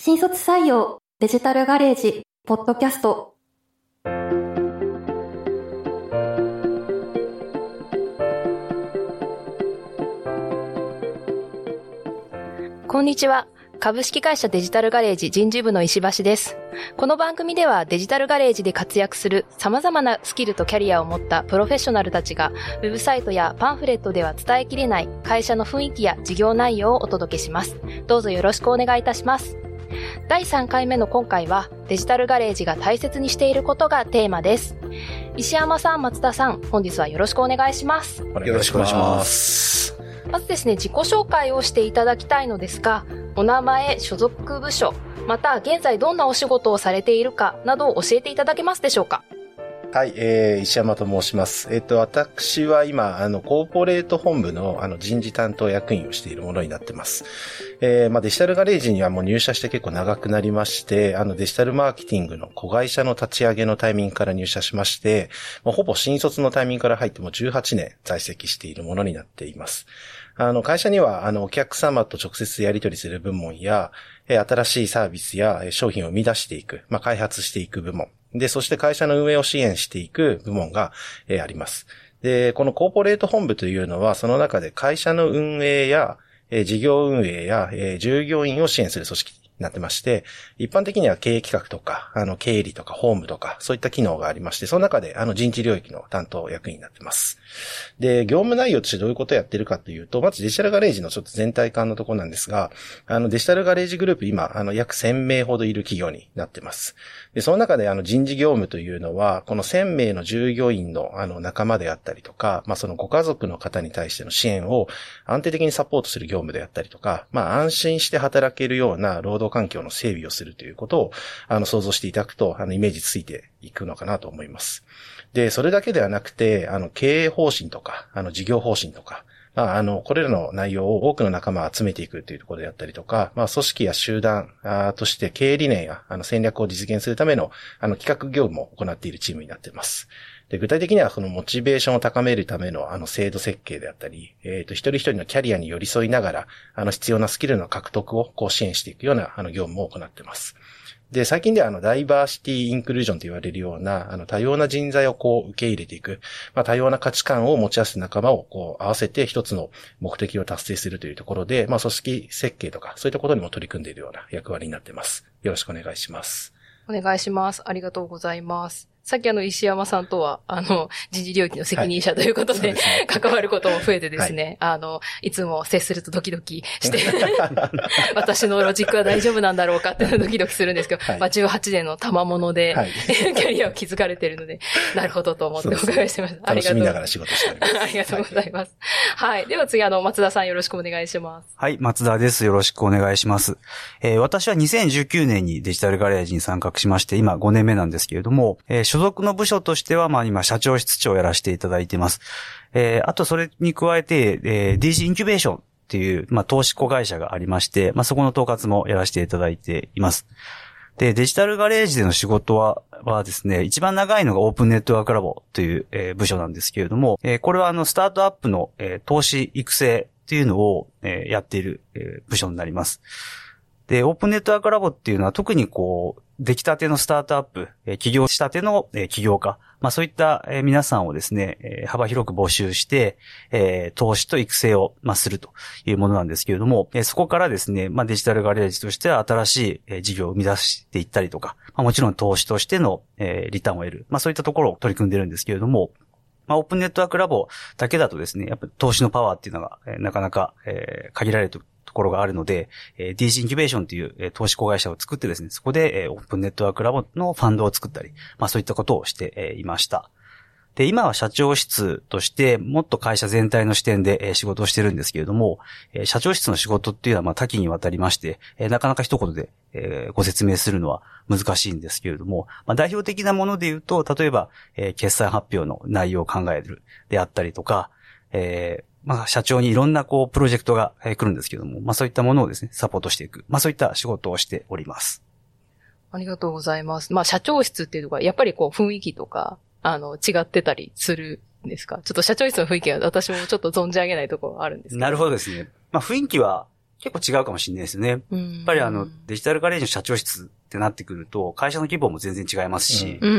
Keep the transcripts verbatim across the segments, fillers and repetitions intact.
新卒採用デジタルガレージポッドキャスト。 こんにちは。株式会社デジタルガレージ人事部の石橋です。この番組ではデジタルガレージで活躍する様々なスキルとキャリアを持ったプロフェッショナルたちがウェブサイトやパンフレットでは伝えきれない会社の雰囲気や事業内容をお届けします。どうぞよろしくお願いいたします。だいさんかいめの今回はデジタルガレージが大切にしていることがテーマです。石山さん、松田さん、本日はよろしくお願いします。 よろしくお願いします。 まずですね、自己紹介をしていただきたいのですが、お名前、所属部署、また現在どんなお仕事をされているかなどを教えていただけますでしょうか。 はい、えー、石山と申します。えっと、私は今、あの、コーポレート本部の、あの、人事担当役員をしているものになってます。えー、まあ、デジタルガレージにはもう入社して結構長くなりまして、あの、デジタルマーケティングの子会社の立ち上げのタイミングから入社しまして、まあ、ほぼ新卒のタイミングから入ってもじゅうはちねん在籍しているものになっています。あの、会社には、あの、お客様と直接やり取りする部門や、えー、新しいサービスや商品を生み出していく、まあ、開発していく部門。で、そして会社の運営を支援していく部門が、えー、あります。で、このコーポレート本部というのは、その中で会社の運営や、えー、事業運営や、えー、従業員を支援する組織になってまして、一般的には経営企画とか、あの、経理とか法務とか、そういった機能がありまして、その中で、あの、人事領域の担当役員になってます。で、業務内容としてどういうことをやってるかというと、まずデジタルガレージのちょっと全体感のところなんですが、あの、デジタルガレージグループ今、あの、約せんめいほどいる企業になってます。で、その中であの、人事業務というのは、このせんめいの従業員のあの、仲間であったりとか、まあ、そのご家族の方に対しての支援を安定的にサポートする業務であったりとか、まあ、安心して働けるような労働環境の整備をするということを、あの、想像していただくと、あの、イメージついていくのかなと思います。で、それだけではなくて、あの、経営方針とか、あの、事業方針とか、まあ、あの、これらの内容を多くの仲間を集めていくというところであったりとか、まあ、組織や集団として経営理念や、あの、戦略を実現するための、あの、企画業務を行っているチームになっています。で、具体的には、その、モチベーションを高めるための、あの、制度設計であったり、えっと、一人一人のキャリアに寄り添いながら、あの、必要なスキルの獲得を、こう、支援していくような、あの、業務を行っています。で、最近ではあの、ダイバーシティインクルージョンと言われるような、あの、多様な人材をこう、受け入れていく、まあ、多様な価値観を持ち合わせる仲間をこう、合わせて一つの目的を達成するというところで、まあ、組織設計とか、そういったことにも取り組んでいるような役割になっています。よろしくお願いします。 お願いします。ありがとうございます。さっきあの、石山さんとは、あの、人事領域の責任者ということで、はい、ね、関わることも増えてですね、はい、あの、いつも接するとドキドキして、私のロジックは大丈夫なんだろうかってドキドキするんですけど、はい、まあ、じゅうはちねんの賜物で、はい、キャリアを築かれているので、なるほどと思ってお伺いしてました。 楽しみながら仕事しております。 ありがとうございます。はい。はい、では次、あの、松田さんよろしくお願いします。 はい、松田です。よろしくお願いします。えー、私はにせんじゅうきゅうねんにデジタルガレージに参画しまして、今ごねんめなんですけれども、えー、所属の部署ととしては、まあ今、社長室長をやらせていただいています。えー、あとそれに加えて、えー、ディージー インキュベーションっていう、まあ投資子会社がありまして、まあそこの統括もやらせていただいています。で、デジタルガレージでの仕事は、はですね、一番長いのがオープンネットワークラボという、えー、部署なんですけれども、えー、これはあの、スタートアップの、えー、投資育成っていうのを、えー、やっている、えー、部署になります。で、オープンネットワークラボっていうのは特にこう、出来たてのスタートアップ、起業したての起業家、まあそういった皆さんをですね、幅広く募集して、投資と育成をするというものなんですけれども、そこからですね、まあデジタルガレージとしては新しい事業を生み出していったりとか、まあもちろん投資としてのリターンを得る、まあそういったところを取り組んでるんですけれども、まあ、オープンネットワークラボだけだとですね、やっぱり投資のパワーっていうのが、えー、なかなか、えー、限られるところがあるので、えー、ディージー インキュベーションという、えー、投資子会社を作ってですね、そこで、えー、オープンネットワークラボのファンドを作ったり、まあそういったことをして、えー、いました。で、今は社長室として、もっと会社全体の視点で、えー、仕事をしてるんですけれども、えー、社長室の仕事っていうのは、まあ多岐にわたりまして、えー、なかなか一言で、えー、ご説明するのは難しいんですけれども、まあ代表的なもので言うと、例えば、えー、決算発表の内容を考えるであったりとか、えー、まあ社長にいろんなこう、プロジェクトが、えー、来るんですけれども、まあそういったものをですね、サポートしていく。まあそういった仕事をしております。 ありがとうございます。まあ社長室っていうのが、やっぱりこう、雰囲気とか、あの、違ってたりするんですか？ちょっと社長室の雰囲気は私もちょっと存じ上げないところがあるんですけど。 なるほどですね。まあ雰囲気は結構違うかもしれないですね。やっぱりあの、デジタルガレージの社長室ってなってくると、会社の規模も全然違いますし、 うん、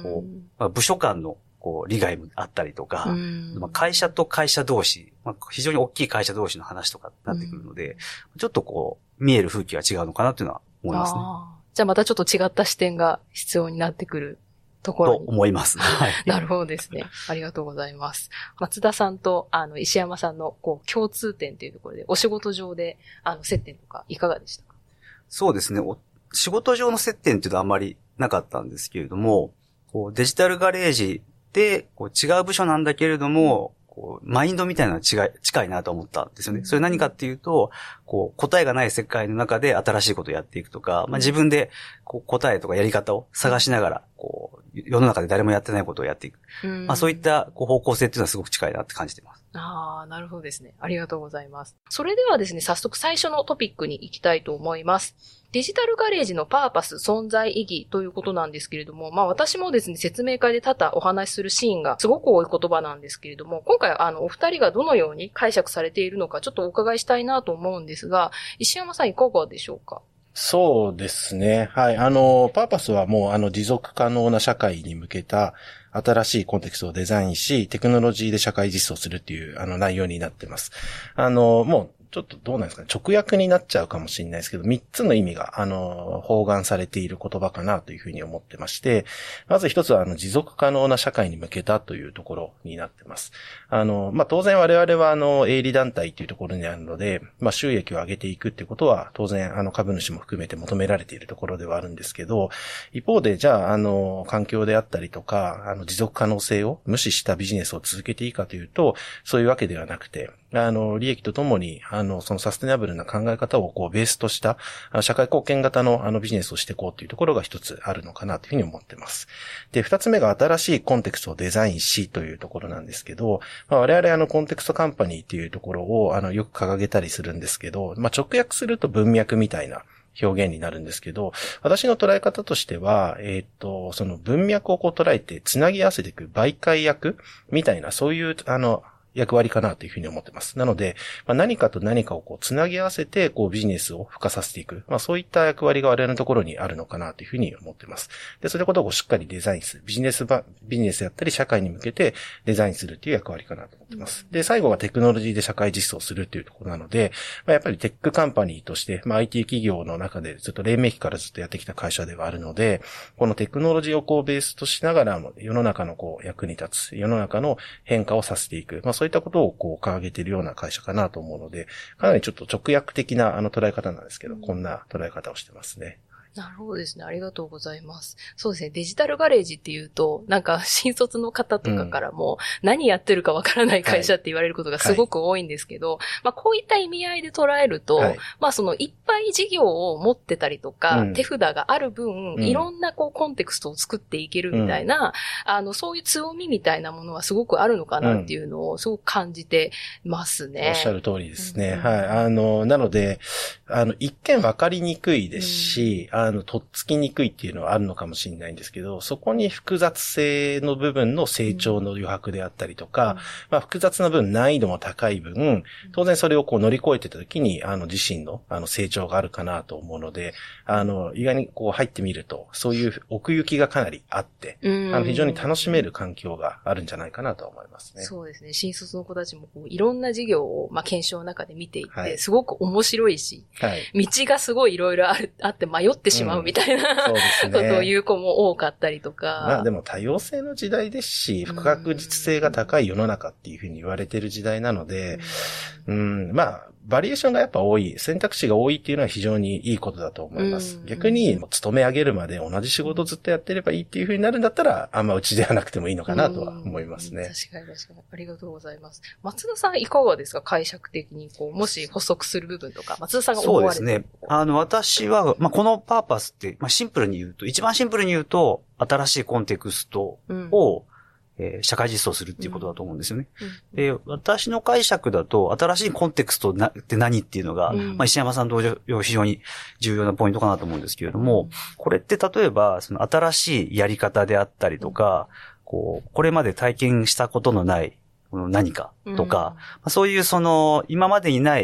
こうまあ、部署間のこう利害もあったりとか、まあ、会社と会社同士、まあ、非常に大きい会社同士の話とかになってくるので、ちょっとこう、見える風景が違うのかなっていうのは思いますね。 あじゃあまたちょっと違った視点が必要になってくるところに。 と思います。はい。 なるほどですね。ありがとうございます。松田さんと、あの、石山さんの、こう、共通点というところで、お仕事上で、あの、接点とか、いかがでしたか？ そうですね。お仕事上の接点っていうのはあんまりなかったんですけれども、こうデジタルガレージで、こう違う部署なんだけれども、こうマインドみたいなのが違い、近いなと思ったんですよね。それ何かっていうと、こう答えがない世界の中で新しいことをやっていくとか、まあ、自分でこう答えとかやり方を探しながら、こう世の中で誰もやってないことをやっていく。まあ、そういったこう方向性っていうのはすごく近いなって感じています。 ああ、なるほどですね。ありがとうございます。それではですね、早速最初のトピックに行きたいと思います。デジタルガレージのパーパス、存在意義ということなんですけれども、まあ私もですね、説明会で多々お話しするシーンがすごく多い言葉なんですけれども、今回あの、お二人がどのように解釈されているのかちょっとお伺いしたいなと思うんですが、石山さんいかがでしょうか？ そうですね。はい。あの、パーパスはもうあの持続可能な社会に向けた新しいコンテクストをデザインし、テクノロジーで社会実装するっていうあの内容になってます。あの、もうちょっとどうなんですかね。直訳になっちゃうかもしれないですけど、三つの意味が、あの、包含されている言葉かなというふうに思ってまして、まず一つは、あの、持続可能な社会に向けたというところになってます。あの、まあ、当然我々は、あの、営利団体というところにあるので、まあ、収益を上げていくっていうことは、当然、あの、株主も含めて求められているところではあるんですけど、一方で、じゃあ、あの、環境であったりとか、あの、持続可能性を無視したビジネスを続けていいかというと、そういうわけではなくて、あの、利益とともに、あの、そのサステナブルな考え方をこうベースとした、あの、社会貢献型のあのビジネスをしていこうというところが一つあるのかなというふうに思っています。で、二つ目が新しいコンテクストをデザインしというところなんですけど、まあ、我々あの、コンテクストカンパニーというところをあの、よく掲げたりするんですけど、まあ、直訳すると文脈みたいな表現になるんですけど、私の捉え方としては、えっと、その文脈をこう捉えてつなぎ合わせていく媒介役みたいな、そういう、あの、役割かなというふうに思ってます。なので、まあ、何かと何かをこうつなぎ合わせてこうビジネスを付加させていく、まあ、そういった役割が我々のところにあるのかなというふうに思ってます。で、そういうことをしっかりデザインする、ビジネスばビジネスやったり社会に向けてデザインするっていう役割かなと思ってます。で、最後はテクノロジーで社会実装するっていうところなので、まあ、やっぱりテックカンパニーとして、まあ、アイティー 企業の中でずっと黎明期からずっとやってきた会社ではあるので、このテクノロジーをこうベースとしながらも世の中のこう役に立つ、世の中の変化をさせていく、まあ、そういったことをこう掲げているような会社かなと思うので、かなりちょっと直訳的なあの捉え方なんですけど、こんな捉え方をしてますね。 なるほどですね。ありがとうございます。そうですね。デジタルガレージっていうと、なんか新卒の方とかからも、何やってるかわからない会社って言われることがすごく多いんですけど、はいはい、まあこういった意味合いで捉えると、はい、まあそのいっぱい事業を持ってたりとか、うん、手札がある分、うん、いろんなこうコンテクストを作っていけるみたいな、うん、あの、そういう強みみたいなものはすごくあるのかなっていうのをすごく感じてますね。うん、 おっしゃる通りですね。うん、はい。あの、なので、あの、一見わかりにくいですし、うんあの、とっつきにくいっていうのはあるのかもしれないんですけど、そこに複雑性の部分の成長の余白であったりとか、うんまあ、複雑な分難易度も高い分、当然それをこう乗り越えてた時に、あの、自身の、あの、成長があるかなと思うので、あの、意外にこう入ってみると、そういう奥行きがかなりあって、うん、あの、非常に楽しめる環境があるんじゃないかなと思いますね。 そうですね。新卒の子たちもこういろんな事業を、まあ、検証の中で見ていって、はい、すごく面白いし、はい、道がすごいいろいろある、あって迷ってしまうみたいな、うんそうですね、ことを言う子も多かったりとか。 まあでも多様性の時代ですし、不確実性が高い世の中っていうふうに言われてる時代なので、うん、うんまあ、バリエーションがやっぱ多い、選択肢が多いっていうのは非常にいいことだと思います。逆に、勤め上げるまで同じ仕事をずっとやってればいいっていう風になるんだったら、あんまうちではなくてもいいのかなとは思いますね。 確かに確かに。ありがとうございます。松田さんいかがですか？解釈的に、こう、もし補足する部分とか、松田さんが思われてる。 そうですね。あの、私は、まあ、このパーパスって、まあ、シンプルに言うと、一番シンプルに言うと、新しいコンテクストを、うんえー、社会実装するっていうことだと思うんですよね。うんで、私の解釈だと、新しいコンテクストなって何っていうのが、うん、まあ、石山さん同様非常に重要なポイントかなと思うんですけれども、これって例えば、その新しいやり方であったりとか、こう、これまで体験したことのない何かとか、うん、そういうその、今までにない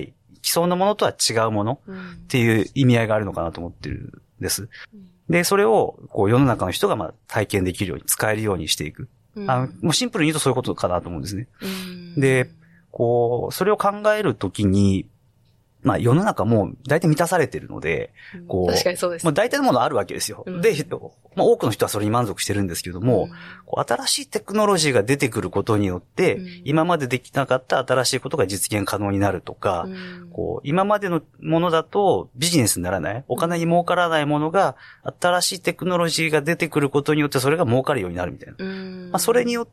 既存のものとは違うものっていう意味合いがあるのかなと思ってるんです。で、それをこう世の中の人がまあ体験できるように、使えるようにしていく。あのもうシンプルに言うとそういうことかなと思うんですね。で、こう、それを考えるときに、まあ世の中も大体満たされてるので、こう、 確かにそうです。 まあ大体のものあるわけですよ。うん、で、まあ多くの人はそれに満足してるんですけども、うん、こう新しいテクノロジーが出てくることによって、うん、今までできなかった新しいことが実現可能になるとか、うん、こう、今までのものだとビジネスにならない、お金に儲からないものが、新しいテクノロジーが出てくることによってそれが儲かるようになるみたいな。うん、まあそれによって、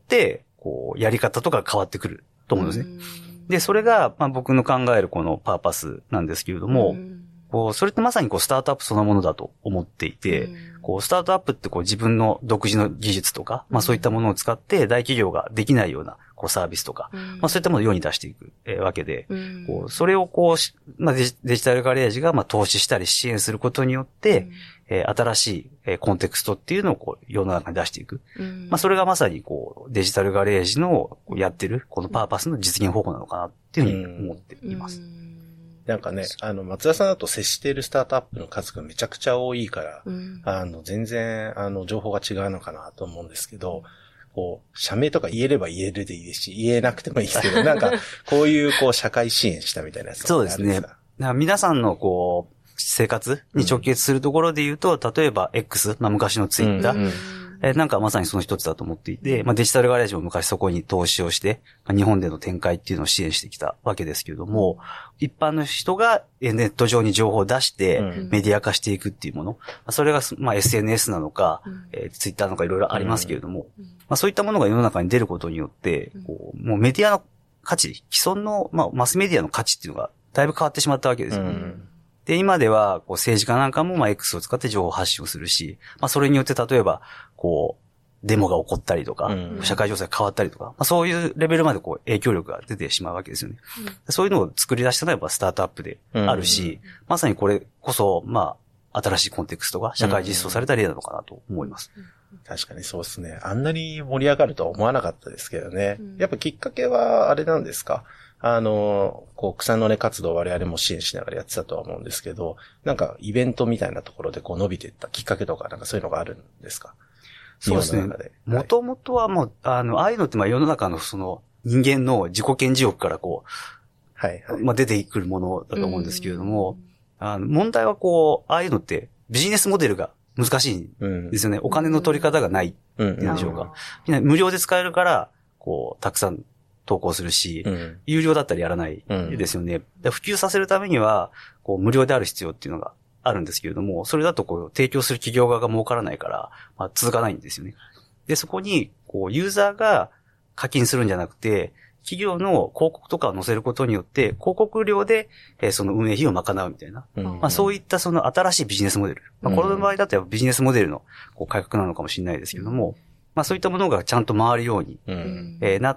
こう、やり方とか変わってくると思うんですね。うんで、それが、まあ、僕の考えるこのパーパスなんですけれども、うん、こう、それってまさにこう、スタートアップそのものだと思っていて、うん、こう、スタートアップってこう、自分の独自の技術とか、まあ、そういったものを使って大企業ができないような、こう、サービスとか、うん、まあ、そういったものを世に出していく、えー、わけで、うん、こう、それをこう、まあデジ、デジタルガレージが、まあ、投資したり支援することによって、うんえー、新しい、えー、コンテクストっていうのをこう世の中に出していく。うん、まあそれがまさにこうデジタルガレージのやってるこのパーパスの実現方法なのかなっていうふうに思っています。うんうん、 なんかね、あの松田さんだと接しているスタートアップの数がめちゃくちゃ多いから、うん、あの全然あの情報が違うのかなと思うんですけど、こう社名とか言えれば言えるでいいですし、言えなくてもいいですけど、なんかこういうこう社会支援したみたいなやつそうですね。皆さんのこう生活に直結するところで言うと、うん、例えば X、まあ昔のツイッター、うんうんえー、なんかまさにその一つだと思っていて、まあデジタルガレージも昔そこに投資をして、まあ、日本での展開っていうのを支援してきたわけですけれども、一般の人がネット上に情報を出してメディア化していくっていうもの、うん、それがまあ エスエヌエス なのか、うんえー、ツイッターなのかいろいろありますけれども、うんまあそういったものが世の中に出ることによって、こうもうメディアの価値、既存のまあマスメディアの価値っていうのがだいぶ変わってしまったわけですよね。うんで、今では、こう、政治家なんかも、まあ、X を使って情報発信をするし、まあ、それによって、例えば、こう、デモが起こったりとか、うん、社会情勢が変わったりとか、まあ、そういうレベルまで、こう、影響力が出てしまうわけですよね。うん、そういうのを作り出したのは、やっぱスタートアップであるし、うん、まさにこれこそ、まあ、新しいコンテクストが社会実装された例なのかなと思います。 うんうん、確かにそうですね。あんなに盛り上がるとは思わなかったですけどね。うん、やっぱきっかけは、あれなんですか？あの、こう、草の根活動を我々も支援しながらやってたとは思うんですけど、なんかイベントみたいなところでこう伸びていったきっかけとか、なんかそういうのがあるんですか？ そうですね。もともとはもう、あの、ああいうのってまあ世の中のその人間の自己顕示欲からこう、はいはい。まあ出てくるものだと思うんですけれども、あの問題はこう、ああいうのってビジネスモデルが難しいんですよね。お金の取り方がないっていうんでしょうか。みんな無料で使えるから、こう、たくさん投稿するし、うん、有料だったらやらないですよね。うん、普及させるためには、こう、無料である必要っていうのがあるんですけれども、それだとこう、提供する企業側が儲からないから、まあ、続かないんですよね。で、そこに、こう、ユーザーが課金するんじゃなくて、企業の広告とかを載せることによって、広告料で、えー、その運営費を賄うみたいな。うん、まあ、そういったその新しいビジネスモデル。まあ、この場合だとやっぱビジネスモデルのこう改革なのかもしれないですけれども、うんまあそういったものがちゃんと回るように、うんえー、なって、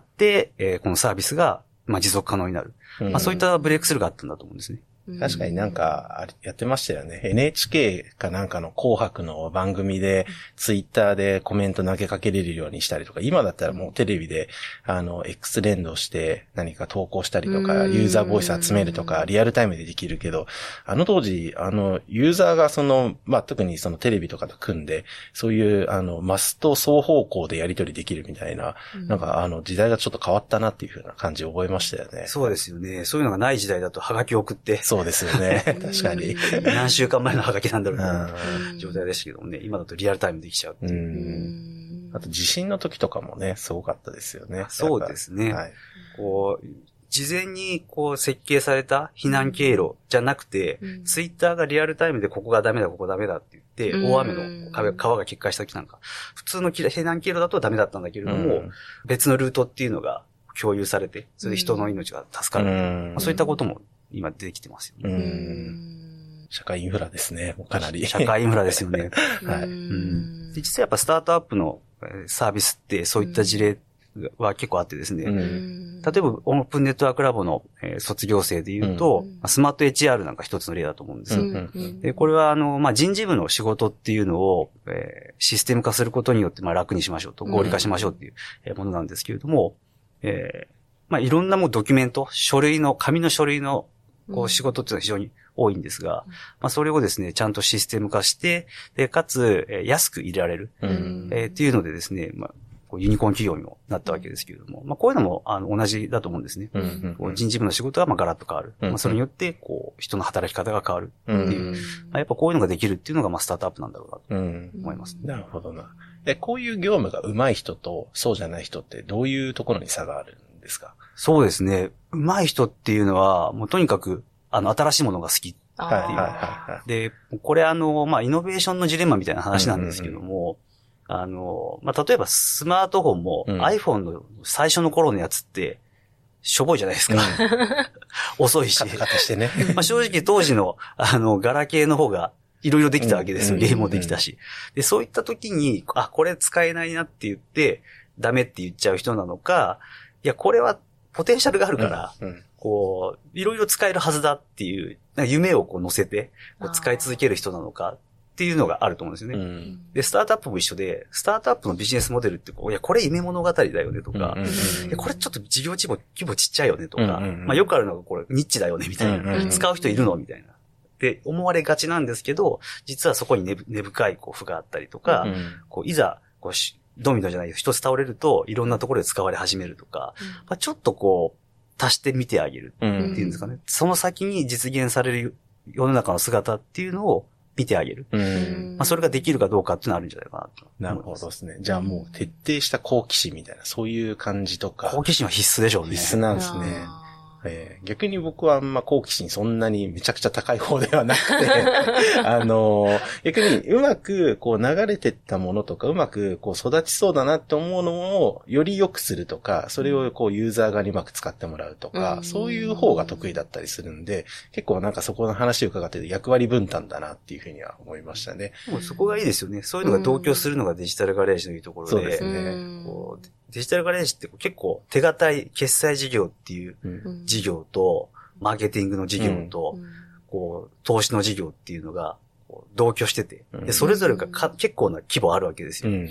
えー、このサービスが、まあ、持続可能になる。うんまあ、そういったブレイクスルーがあったんだと思うんですね。 確かになんか、やってましたよね。エヌエイチケー かなんかの紅白の番組で、ツイッターでコメント投げかけれるようにしたりとか、今だったらもうテレビで、あの、X 連動して何か投稿したりとか、ユーザーボイス集めるとか、リアルタイムでできるけど、あの当時、あの、ユーザーがその、まあ、特にそのテレビとかと組んで、そういう、あの、マスと双方向でやり取りできるみたいな、なんかあの、時代がちょっと変わったなっていう風な感じを覚えましたよね。 そうですよね。そういうのがない時代だと、ハガキを送って、 そうですよね。確かに。 何週間前のハガキなんだろうな状態でしたけどもね、今だとリアルタイムできちゃうっていう。 うんあと地震の時とかもね、すごかったですよね。 そうですね。はい、こう事前にこう設計された避難経路じゃなくて、うん、ツイッターがリアルタイムでここがダメだ、ここダメだって言って、うん、大雨の川が決壊した時なんか、普通の避難経路だとダメだったんだけれども、うん、別のルートっていうのが共有されて、それで人の命が助かる、うんまあ、そういったことも今出てきてますよね。 うん社会インフラですね。もうかなり。 社会インフラですよね。はい。うん、で実はやっぱスタートアップのサービスってそういった事例は結構あってですね。うん、例えばオープンネットワークラボの卒業生で言うと、うん、スマート エイチアール なんか一つの例だと思うんですよ。うん、でこれはあの、まあ、人事部の仕事っていうのを、えー、システム化することによってまあ楽にしましょうと、合理化しましょうっていうものなんですけれども、えーまあ、いろんなもうドキュメント、書類の、紙の書類のこう仕事っていうのは非常に多いんですが、まあそれをですね、ちゃんとシステム化して、で、かつ、えー、安く入れられる、うんえー、っていうのでですね、まあ、こうユニコーン企業にもなったわけですけれども、まあこういうのもあの同じだと思うんですね。うんうんうん、人事部の仕事はまあガラッと変わる。うんうん、まあそれによって、こう、人の働き方が変わるっていう、うんまあ、やっぱこういうのができるっていうのがまあスタートアップなんだろうなと思います、ねうん。なるほどな。え、こういう業務が上手い人とそうじゃない人ってどういうところに差があるんですか？ そうですね。上手い人っていうのは、もうとにかく、あの、新しいものが好きっていう。はいはいはい。で、これあの、まあ、イノベーションのジレンマみたいな話なんですけども、うんうんうん、あの、まあ、例えばスマートフォンも、うん、iPhone の最初の頃のやつって、しょぼいじゃないですか。うん、遅いし。カタカタしてね。まあ、正直当時の、あの、ガラケーの方が、いろいろできたわけですよ。ゲームもできたし。で、そういった時に、あ、これ使えないなって言って、ダメって言っちゃう人なのか、いや、これはポテンシャルがあるから、うんうん、こう、いろいろ使えるはずだっていう、なんか夢をこう乗せて、こう使い続ける人なのかっていうのがあると思うんですよね。うん、で、スタートアップも一緒で、スタートアップのビジネスモデルってこう、いや、これ夢物語だよねとか、うんうんうん、いやこれちょっと事業規模、規模ちっちゃいよねとか、うんうんうん、まあよくあるのがこれニッチだよねみたいな、うんうんうん、使う人いるのみたいな。って思われがちなんですけど、実はそこに 根, 根深いこう負があったりとか、うん、こういざこうしドミノじゃない一つ倒れるといろんなところで使われ始めるとか、うんまあ、ちょっとこう足してみてあげるっていうんですかね、うん。その先に実現される世の中の姿っていうのを見てあげる。うんまあ、それができるかどうかっていうのはあるんじゃないかなと。 なるほどですね。じゃあもう徹底した好奇心みたいなそういう感じとか。 好奇心は必須でしょうね。 必須なんですね。えー、逆に僕はあんま好奇心そんなにめちゃくちゃ高い方ではなくて、あのー、逆にうまくこう流れてったものとか、うまくこう育ちそうだなって思うのをより良くするとか、それをこうユーザー側にうまく使ってもらうとか、うん、そういう方が得意だったりするんで、結構なんかそこの話を伺って役割分担だなっていうふうには思いましたね。 もうそこがいいですよね。そういうのが同居するのがデジタルガレージのいいところで。 そうですね。 こうデジタルガレージって結構手堅い決済事業っていう事業と、マーケティングの事業と、うん、こう、投資の事業っていうのが、同居してて、で、それぞれがか結構な規模あるわけですよ、うん。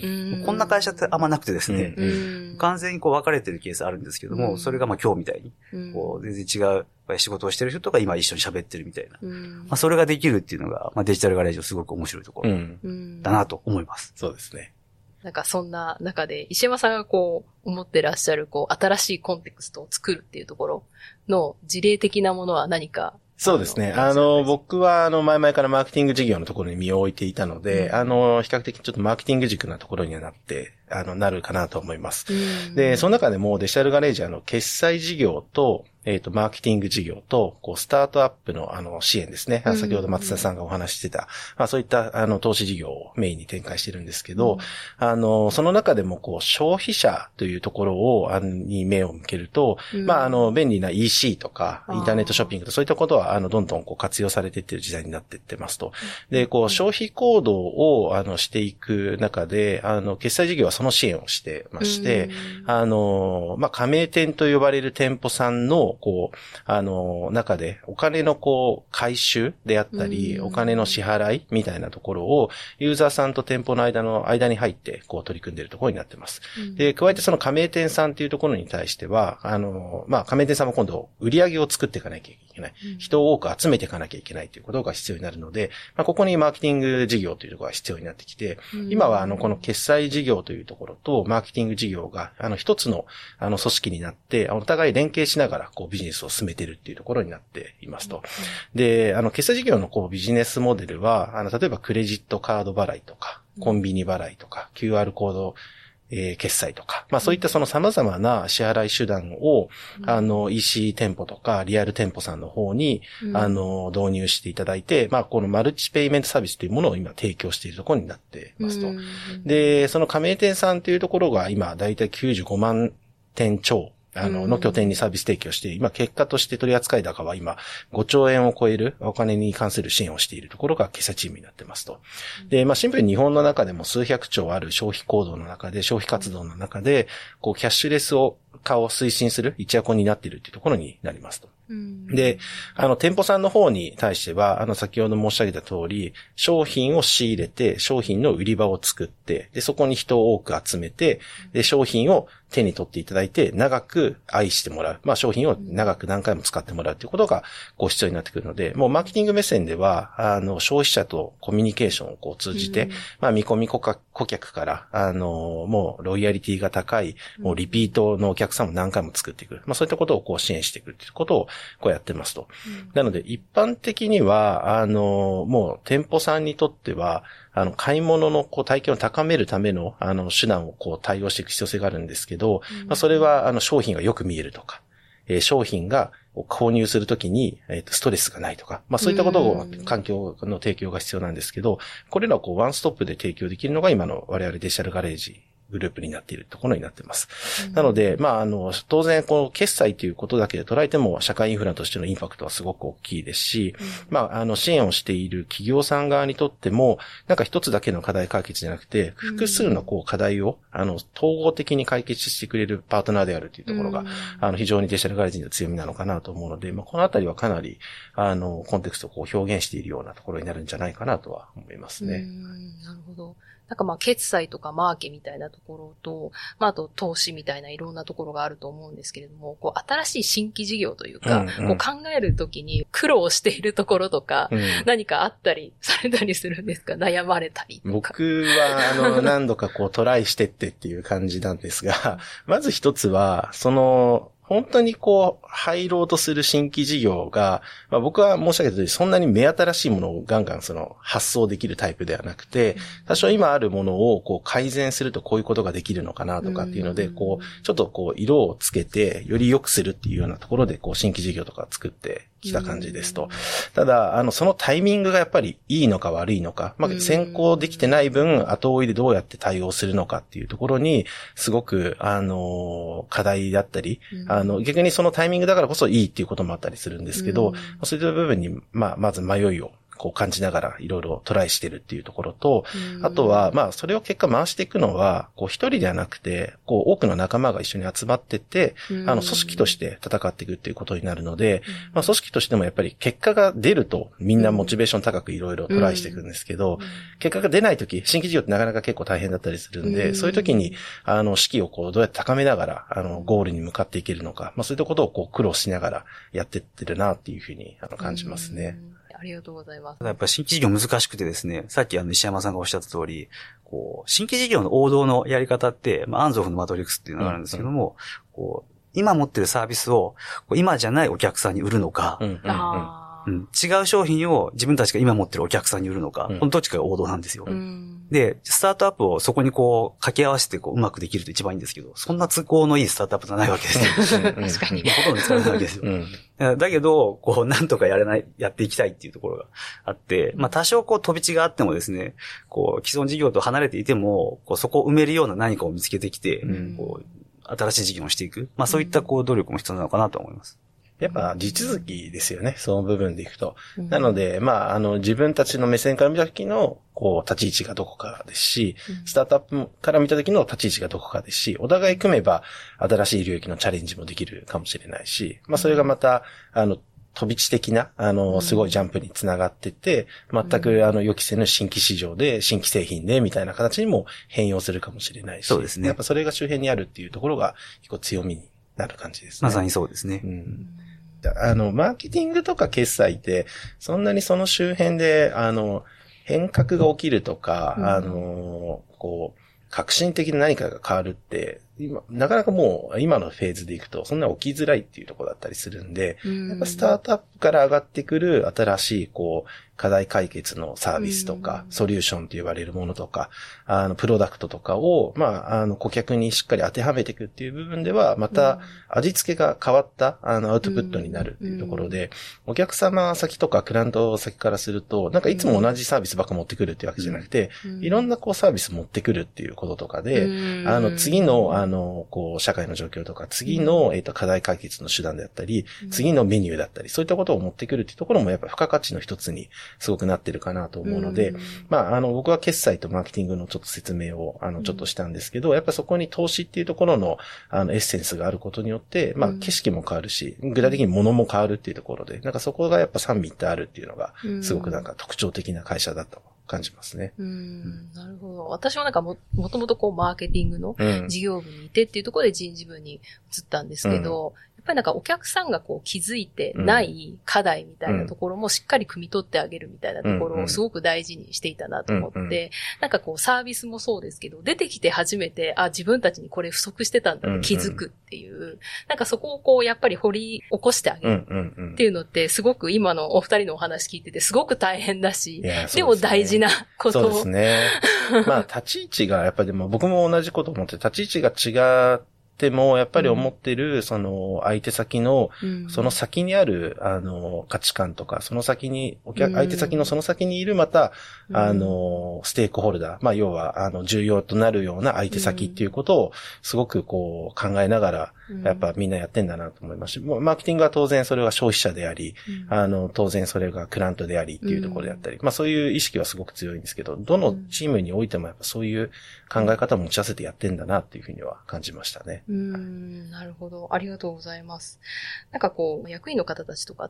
こんな会社ってあんまなくてですね、うん、完全にこう分かれてるケースあるんですけども、うん、それがまあ今日みたいに、こう、全然違う仕事をしてる人とか今一緒に喋ってるみたいな。うん、まあそれができるっていうのが、まあデジタルガレージのすごく面白いところだなと思います。 うん、そうですね。 なんかそんな中で石山さんがこう思ってらっしゃるこう新しいコンテクストを作るっていうところの事例的なものは何か？ そうですね。あの、僕はあの前々からマーケティング事業のところに身を置いていたので、うん、あの、比較的ちょっとマーケティング軸なところにはなって、あの、なるかなと思います。うん、で、その中でもデジタルガレージあの、決済事業と、えっと、マーケティング事業と、こう、スタートアップの、あの、支援ですね。先ほど松田さんがお話ししてた、まあ、そういった、あの、投資事業をメインに展開してるんですけど、うん、あの、その中でも、こう、消費者というところを、あの、に目を向けると、うん、まあ、あの、便利な イーシー とか、インターネットショッピングと、そういったことは、あの、どんどん、こう、活用されていってる時代になっていってますと。で、こう、消費行動を、あの、していく中で、あの、決済事業はその支援をしてまして、うん、あの、まあ、加盟店と呼ばれる店舗さんの、こう、あの、中でお金のこう、回収であったり、お金の支払いみたいなところを、ユーザーさんと店舗の間の間に入って、こう、取り組んでいるところになっています。うん、で、加えてその加盟店さんっていうところに対しては、あの、まあ、加盟店さんも今度、売り上げを作っていかなきゃいけない。うん、人を多く集めていかなきゃいけないということが必要になるので、まあ、ここにマーケティング事業というところが必要になってきて、うん、今はあの、この決済事業というところと、マーケティング事業が、あの、一つの、あの、組織になって、お互い連携しながら、こう、ビジネスを進めているっていうところになっていますと。で、あの、決済事業のこうビジネスモデルは、あの、例えばクレジットカード払いとか、コンビニ払いとか、キューアール コード、えー、決済とか、まあそういったその様々な支払い手段を、うん、あの、イーシー 店舗とか、リアル店舗さんの方に、うん、あの、導入していただいて、まあこのマルチペイメントサービスというものを今提供しているところになっていますと。うん、で、その加盟店さんというところが今、だいたいきゅうじゅうごまんてん超、あの、の拠点にサービス提供して、今結果として取扱高は今ごちょうえんを超えるお金に関する支援をしているところが決済チームになってますと。で、まあシンプルに日本の中でも数百兆ある消費行動の中で、消費活動の中で、こうキャッシュレスを化を推進する一役を担っているというところになりますと。で、あの、店舗さんの方に対しては、あの、先ほど申し上げた通り、商品を仕入れて、商品の売り場を作って、で、そこに人を多く集めて、で、商品を手に取っていただいて、長く愛してもらう。まあ、商品を長く何回も使ってもらうということが、こう必要になってくるので、もうマーケティング目線では、あの、消費者とコミュニケーションをこう通じて、まあ、見込み顧客から、あの、もうロイヤリティが高い、もうリピートのお客さんも何回も作っていく。まあ、そういったことをこう支援していくということを、こうやってますと。なので、一般的には、あの、もう店舗さんにとっては、あの、買い物のこう体験を高めるための、あの、手段をこう対応していく必要性があるんですけど、うん、まあ、それは、あの、商品がよく見えるとか、えー、商品が購入するときに、えーと、ストレスがないとか、まあ、そういったことを、環境の提供が必要なんですけど、これらをこう、ワンストップで提供できるのが今の我々デジタルガレージグループになっているところになっています。うん、なので、まあ、あの、当然、この決済ということだけで捉えても、社会インフラとしてのインパクトはすごく大きいですし、うん、まあ、あの、支援をしている企業さん側にとっても、なんか一つだけの課題解決じゃなくて、複数のこう、課題を、あの、統合的に解決してくれるパートナーであるというところが、うん、あの、非常にデジタルガレージの強みなのかなと思うので、まあ、このあたりはかなり、あの、コンテクストをこう表現しているようなところになるんじゃないかなとは思いますね。 うん、なるほど。なんかまあ決済とかマーケみたいなところと、まああと投資みたいないろんなところがあると思うんですけれども、こう新しい新規事業というか、うんうん、こう考えるときに苦労しているところとか、うん、何かあったりされたりするんですか？悩まれたりとか。 僕はあの何度かこうトライしてってっていう感じなんですが、まず一つは、その、本当にこう、入ろうとする新規事業が、まあ僕は申し上げた通り、そんなに目新しいものをガンガンその発想できるタイプではなくて、多少今あるものをこう改善するとこういうことができるのかなとかっていうので、こう、ちょっとこう、色をつけて、より良くするっていうようなところで、こう、新規事業とか作ってきた感じですと。ただ、あの、そのタイミングがやっぱりいいのか悪いのか、まあ先行できてない分、後追いでどうやって対応するのかっていうところに、すごく、あの、課題だったり、あの、逆にそのタイミングだからこそいいっていうこともあったりするんですけど、うん、そういった部分に、まあ、まず迷いをこう感じながらいろいろトライしてるっていうところと、うん、あとは、まあ、それを結果回していくのは、こう一人ではなくて、こう多くの仲間が一緒に集まってて、うん、あの、組織として戦っていくっていうことになるので、うん、まあ、組織としてもやっぱり結果が出ると、みんなモチベーション高くいろいろトライしていくんですけど、うん、結果が出ないとき、新規事業ってなかなか結構大変だったりするんで、うん、そういうときに、あの、士気をこう、どうやって高めながら、あの、ゴールに向かっていけるのか、まあ、そういったことをこう、苦労しながらやってってるなっていうふうに、あの、感じますね。 うん、ありがとうございます。 ただやっぱ新規事業難しくてですね、さっきあの石山さんがおっしゃった通り、こう、新規事業の王道のやり方って、まあ、アンゾフのマトリックスっていうのがあるんですけども、うんうん、こう、今持ってるサービスを、今じゃないお客さんに売るのか、うんうんうんうん、違う商品を自分たちが今持ってるお客さんに売るのか、うん、このどっちかが王道なんですよ。うん、で、スタートアップをそこにこう掛け合わせてこううまくできると一番いいんですけど、そんな都合のいいスタートアップじゃないわけですよ。 確かに。 ほとんど使わないわけですよ。うん、だけど、こうなんとかやれない、やっていきたいっていうところがあって、まあ多少こう飛び地があってもですね、こう既存事業と離れていても、こうそこを埋めるような何かを見つけてきて、うん、こう新しい事業をしていく。まあそういったこう努力も必要なのかなと思います。 やっぱ地続きですよね。その部分でいくと。うん、なので、まあ、あの、自分たちの目線から見た時の、こう、立ち位置がどこかですし、うん、スタートアップから見た時の立ち位置がどこかですし、お互い組めば、新しい領域のチャレンジもできるかもしれないし、まあ、それがまた、あの、飛び地的な、あの、すごいジャンプにつながってて、全く、あの、予期せぬ新規市場で、新規製品で、みたいな形にも変容するかもしれないし、 そうですね。 やっぱそれが周辺にあるっていうところが、結構強みになる感じですね。 まさにそうですね。 うんあの、マーケティングとか決済って、そんなにその周辺で、あの、変革が起きるとか、うん、あの、こう、革新的な何かが変わるって、今、なかなかもう今のフェーズでいくとそんな起きづらいっていうところだったりするんで、うん、やっぱスタートアップから上がってくる新しいこう課題解決のサービスとか、うん、ソリューションと呼ばれるものとか、あのプロダクトとかをまああの顧客にしっかり当てはめていくっていう部分ではまた味付けが変わったあのアウトプットになるっていうところで、うん、お客様先とかクライアント先からするとなんかいつも同じサービスばっか持ってくるっていうわけじゃなくて、うん、いろんなこうサービス持ってくるっていうこととかで、うん、あの次のああの、こう、社会の状況とか、次の、えっと、課題解決の手段であったり、次のメニューだったり、そういったことを持ってくるっていうところも、やっぱり付加価値の一つにすごくなってるかなと思うので、まあ、あの、僕は決済とマーケティングのちょっと説明を、あの、ちょっとしたんですけど、やっぱそこに投資っていうところの、あの、エッセンスがあることによって、まあ、景色も変わるし、具体的に物も変わるっていうところで、なんかそこがやっぱ三位一体あるっていうのが、すごくなんか特徴的な会社だと感じますね。 うん、なるほど。私はなんかも、もともとこうマーケティングの事業部にいてっていうところで人事部に移ったんですけど、うん、やっぱりなんかお客さんがこう気づいてない課題みたいなところもしっかり汲み取ってあげるみたいなところをすごく大事にしていたなと思って、うんうん、なんかこうサービスもそうですけど、出てきて初めて、あ、自分たちにこれ不足してたんだって気づくっていう、うんうん、なんかそこをこうやっぱり掘り起こしてあげるっていうのってすごく今のお二人のお話聞いててすごく大変だし、でね、でも大事なことを。 そうですね。まあ立ち位置がやっぱりでも僕も同じこと思って立ち位置が違ってでも、やっぱり思ってる、その、相手先の、その先にある、あの、価値観とか、その先に、お客、相手先のその先にいる、また、あの、ステークホルダー、まあ、要は、あの、重要となるような相手先っていうことを、すごくこう、考えながら、やっぱみんなやってんだなと思いますし、もうマーケティングは当然それは消費者であり、あの、当然それがクライアントでありっていうところであったり、まあ、そういう意識はすごく強いんですけど、どのチームにおいてもやっぱそういう考え方を持ち合わせてやってんだなっていうふうには感じましたね。 うーん、なるほど。ありがとうございます。なんかこう、役員の方たちとかって、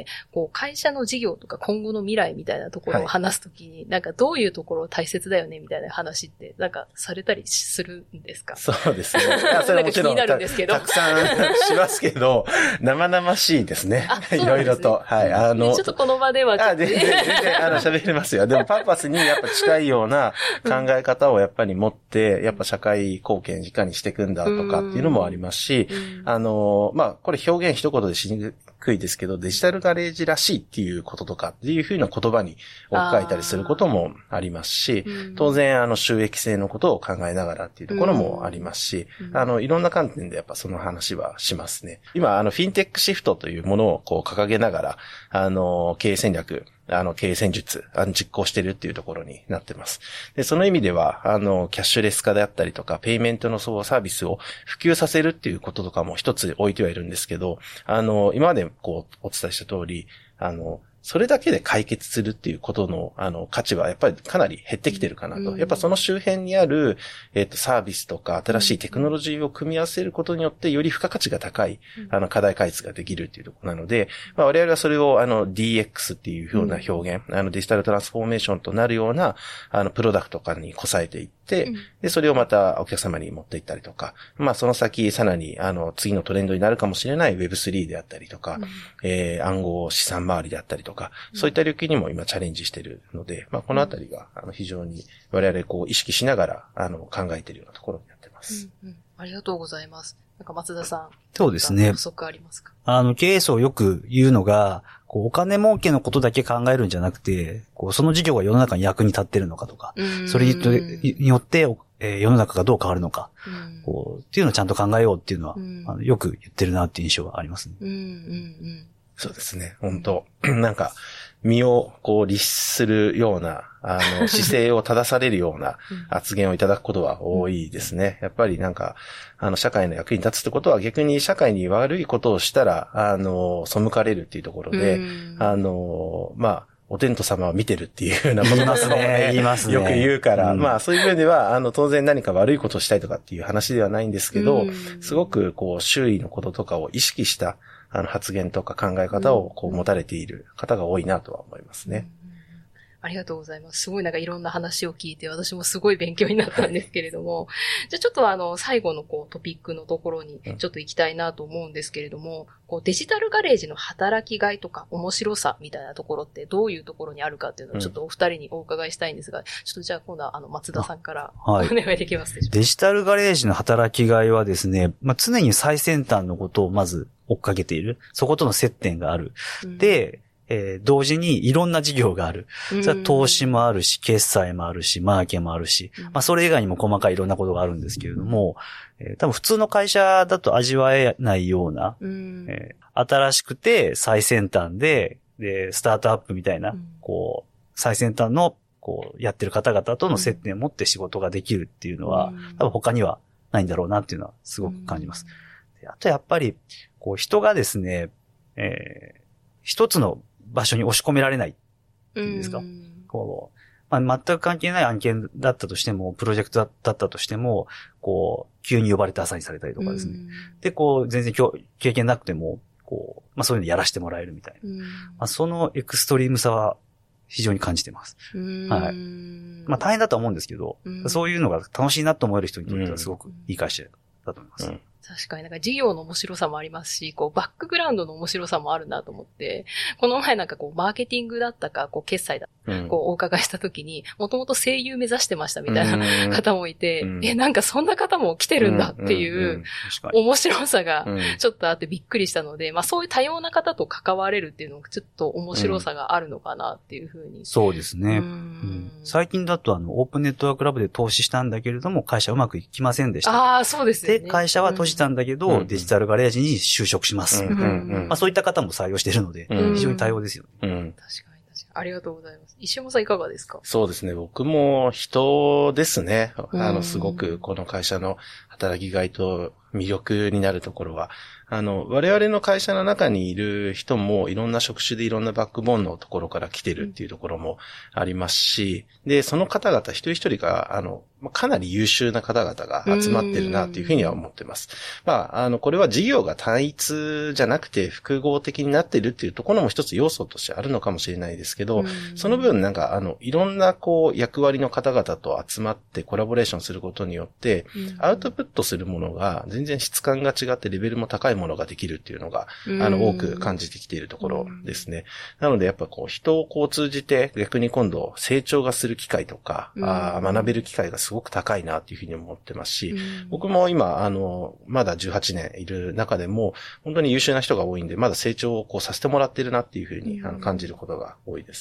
こう、会社の事業とか今後の未来みたいなところを話すときに、はい、なんかどういうところ大切だよねみたいな話って、なんかされたりするんですか？ そうですね。それもちろんなんか気になるんですけど。 たくさんしますけど、生々しいですね。いろいろと。はい。あの、 ちょっとこの場ではちょっと、ね。 あ、全然、全然、あの、喋れますよ。でも、パーパスにやっぱ近いような考え方をやっぱり持って、やっぱ社会貢献いかにしていくんだとかっていうのもありますし、あの、まあ、これ表現一言でしにくいですけど、デジタルガレージらしいっていうこととかっていうふうな言葉に置き換えたりすることもありますし、当然、あの、収益性のことを考えながらっていうところもありますし、あの、いろんな観点でやっぱその話はしますね。今、あの、フィンテックシフトというものをこう掲げながら、あの、経営戦略、あの、経営戦術、あの、実行してるっていうところになってます。で、その意味では、あの、キャッシュレス化であったりとか、ペイメントのそうサービスを普及させるっていうこととかも一つ置いてはいるんですけど、あの、今までこう、お伝えした通り、あの、それだけで解決するっていうことの、あの、価値はやっぱりかなり減ってきてるかなと。やっぱその周辺にある、えっと、サービスとか新しいテクノロジーを組み合わせることによって、より付加価値が高い、あの、課題解決ができるっていうところなので、まあ、我々はそれを、あの、ディーエックス っていうような表現、あの、デジタルトランスフォーメーションとなるような、あの、プロダクトとかにこさえていって、で、それをまたお客様に持っていったりとか、まあ、その先、さらに、あの、次のトレンドになるかもしれない ウェブスリー であったりとか、えー、暗号資産回りであったりとか、そういった領域にも今チャレンジしているので、まあ、このあたりが、あの、非常に我々こう意識しながら、あの、考えているようなところになっています。 うんうん、ありがとうございます。なんか松田さん。 そうですね。 補足ありますか？ あの、経営層よく言うのが、こう、お金儲けのことだけ考えるんじゃなくて、こう、その事業が世の中に役に立ってるのかとか、それによって、えー、世の中がどう変わるのか、こう、っていうのをちゃんと考えようっていうのは、あのよく言ってるなっていう印象はありますね。 うんうんうん、 そうですね。本当なんか、身をこう律するような、あの、姿勢を正されるような発言をいただくことは多いですね。やっぱりなんか、あの、社会の役に立つってことは逆に社会に悪いことをしたら、あの、背かれるっていうところで、あの、まあ、お天道様は見てるっていうようなことを、ね、言いますね。言いますね。よく言うから、うん、まあそういう面では、あの、当然何か悪いことをしたいとかっていう話ではないんですけど、すごくこう、周囲のこととかを意識した、あの、発言とか考え方をこう持たれている方が多いなとは思いますね。 うん、ありがとうございます。すごいなんかいろんな話を聞いて、私もすごい勉強になったんですけれども、じゃあちょっとあの、最後のこうトピックのところにちょっと行きたいなと思うんですけれども、こうデジタルガレージの働きがいとか面白さみたいなところってどういうところにあるかっていうのをちょっとお二人にお伺いしたいんですが、うん、ちょっとじゃあ今度はあの、松田さんからお願いできますでしょうか。 デジタルガレージの働きがいはですね、まあ、常に最先端のことをまず追っかけている。そことの接点がある。うん、で、えー、同時にいろんな事業がある。それは投資もあるし、決済もあるし、マーケもあるし、うん、まあそれ以外にも細かいいろんなことがあるんですけれども、えー、多分普通の会社だと味わえないような、うんえー、新しくて最先端で、で、スタートアップみたいな、うん、こう、最先端の、こう、やってる方々との接点を持って仕事ができるっていうのは、うん、多分他にはないんだろうなっていうのはすごく感じます。であとやっぱり、こう人がですね、えー、一つの場所に押し込められないっていうんですか。こう、まあ、全く関係ない案件だったとしても、プロジェクトだったとしても、こう、急に呼ばれてアサインされたりとかですね。で、こう、全然経験なくても、こう、まあそういうのやらせてもらえるみたいな。まあ、そのエクストリームさは非常に感じてます。はい。まあ大変だとは思うんですけど、そういうのが楽しいなと思える人にとってはすごくいい会社だと思います。うん確かになんか事業の面白さもありますし、こうバックグラウンドの面白さもあるなと思って、この前なんかこうマーケティングだったか、こう決済だったか、うん、こうお伺いした時に、もともと声優目指してましたみたいな方もいて、うん、え、なんかそんな方も来てるんだっていう面白さがちょっとあってびっくりしたので、まあそういう多様な方と関われるっていうのがちょっと面白さがあるのかなっていうふうに。 そうですね、うんうん。最近だとあのオープンネットワークラブで投資したんだけれども、会社うまくいきませんでした。 ああ、そうですね。 で、会社は閉じたんだけど、うんデジタルガレージに就職します。うんうんうんまあ、そういった方も採用しているので、うん、非常に多様ですよね、うん。 確かに確かに。ありがとうございます。石山さんいかがですか？ そうですね。僕も人ですね。あの、すごくこの会社の働きがいと魅力になるところは、あの、我々の会社の中にいる人もいろんな職種でいろんなバックボーンのところから来てるっていうところもありますし、で、その方々一人一人が、あの、かなり優秀な方々が集まってるなというふうには思ってます。まあ、あの、これは事業が単一じゃなくて複合的になってるっていうところも一つ要素としてあるのかもしれないですけど、その分なんか、あの、いろんなこう役割の方々と集まってコラボレーションすることによって、アウトプットするものが全然質感が違ってレベルも高いものができるっていうのが、あの、多く感じてきているところですね。なのでやっぱこう人をこう通じて逆に今度成長がする機会とか、あ学べる機会がすごく高いなっていうふうに思ってますし、僕も今、あの、まだじゅうはちねんいる中でも、本当に優秀な人が多いんで、まだ成長をこうさせてもらってるなっていうふうにあの感じることが多いです。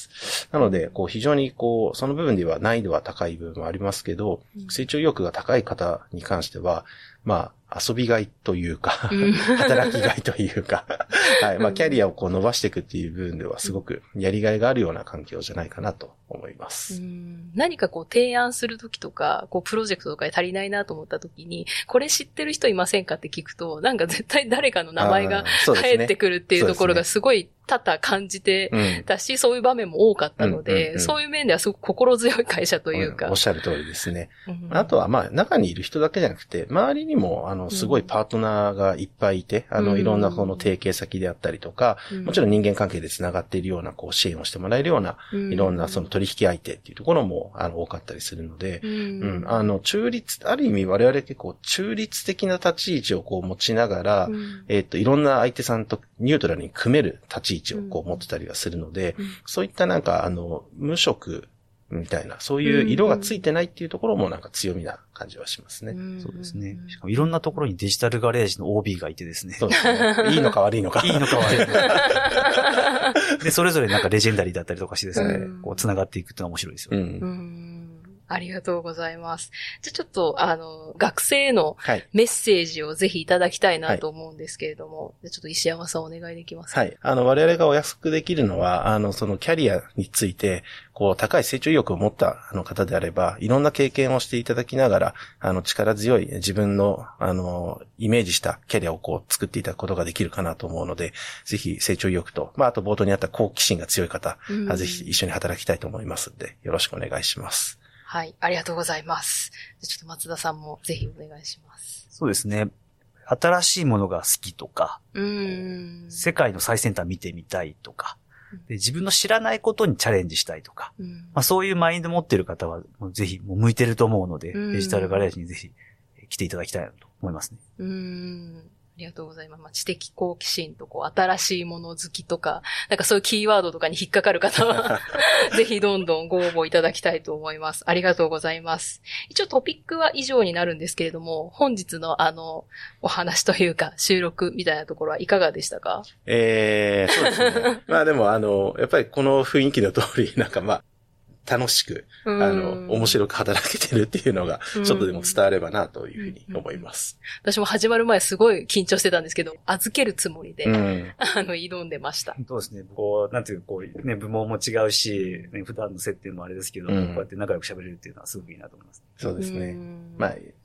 なので、こう非常にこう、その部分では難易度は高い部分もありますけど、成長意欲が高い方に関しては、まあ、遊びがいというか、働きがいというか、はい。まあ、キャリアをこう伸ばしていくっていう部分ではすごくやりがいがあるような環境じゃないかなと思います。 うん何かこう提案するときとか、こうプロジェクトとかで足りないなと思ったときに、これ知ってる人いませんかって聞くと、なんか絶対誰かの名前が返ってくるっていうところがすごい多々感じてたし、そういう場面も多かったので、うんうんうん、そういう面ではすごく心強い会社というか。 うん、おっしゃる通りですね。うん、あとはまあ、中にいる人だけじゃなくて、周りにも、あの、すごいパートナーがいっぱいいて、うん、あの、いろんなこの提携先であったりとか、うん、もちろん人間関係で繋がっているような、こう、支援をしてもらえるような、うん、いろんなその取引相手っていうところも、あの、多かったりするので、うん、うん、あの、中立、ある意味我々結構中立的な立ち位置をこう持ちながら、うん、えっと、いろんな相手さんとニュートラルに組める立ち位置をこう持ってたりはするので、うん、そういったなんか、あの、無色みたいな、そういう色がついてないっていうところもなんか強みな感じはしますね。 うん、そうですね。しかもいろんなところにデジタルガレージの オービー がいてですね。 そうですね。いいのか悪いのか。 いいのか悪いのか。で、それぞれなんかレジェンダリーだったりとかしてですね、うん、こう繋がっていくってのは面白いですよね。うんうんありがとうございます。じゃあちょっと、あの、学生へのメッセージをぜひいただきたいなと思うんですけれども、はい、ちょっと石山さんお願いできますか？ はい。あの、我々がお約束できるのは、あの、そのキャリアについて、こう、高い成長意欲を持ったあの方であれば、いろんな経験をしていただきながら、あの、力強い自分の、あの、イメージしたキャリアをこう、作っていただくことができるかなと思うので、ぜひ成長意欲と、まあ、あと冒頭にあった好奇心が強い方、うん、ぜひ一緒に働きたいと思いますので、よろしくお願いします。 はい、ありがとうございます。ちょっと松田さんもぜひお願いします。 そうですね。新しいものが好きとか、うーん世界の最先端見てみたいとか、で、自分の知らないことにチャレンジしたいとか、うんまあ、そういうマインド持っている方はぜひもう向いてると思うので、デジタルガレージにぜひ来ていただきたいなと思いますね。 うーんありがとうございます。まあ、知的好奇心とこう新しいもの好きとか、なんかそういうキーワードとかに引っかかる方はぜひどんどんご応募いただきたいと思います。ありがとうございます。一応トピックは以上になるんですけれども、本日のあのお話というか収録みたいなところはいかがでしたか？ えー、そうですね。まあでもあのやっぱりこの雰囲気の通りなんかまあ。楽しく、あの、面白く働けてるっていうのが、ちょっとでも伝わればなというふうに思います。 私も始まる前すごい緊張してたんですけど、預けるつもりで、うん、あの、挑んでました。 そうですね。こう、なんていうか、こう、ね、部門も違うし、ね、普段の接点もあれですけど、うん、こうやって仲良く喋れるっていうのはすごくいいなと思います。 そうですね。まあ、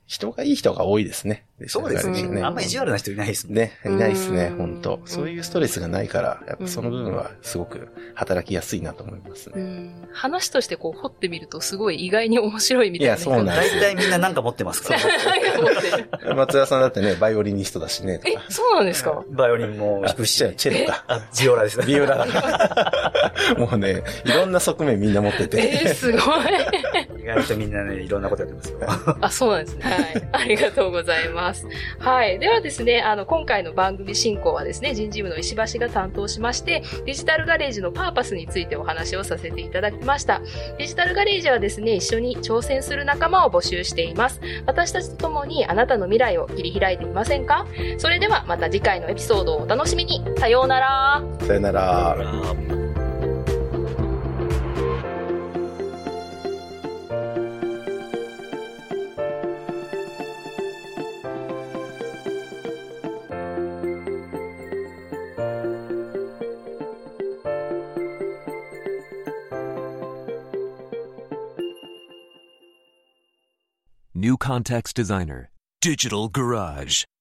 人がいい人が多いですね。 そうですね。ねあんまり意地悪な人いないですもんね。いないですね、本当そういうストレスがないから、やっぱその部分はすごく働きやすいなと思いますね。 うん、話としてこう掘ってみるとすごい意外に面白いみたいな。 いや、そうなんです。 大体みんななんか持ってますから。 松田さんだってね、バイオリニストだしね。 え、そうなんですか？ バイオリンも弾くし、 チェロか。 あ、ビオラですね。 ビオラ。もうね、いろんな側面みんな持ってて。 えー、すごい。 意外とみんなね、いろんなことやってますよ。 あ、そうなんですね。はい。ありがとうございます。はい。ではですね、あの、今回の番組進行はですね、人事部の石橋が担当しまして、デジタルガレージのパーパスについてお話をさせていただきました。デジタルガレージはですね、一緒に挑戦する仲間を募集しています。私たちと共にあなたの未来を切り開いてみませんか？それではまた次回のエピソードをお楽しみに。さようなら。 さようなら。 New Context Designer, Digital Garage.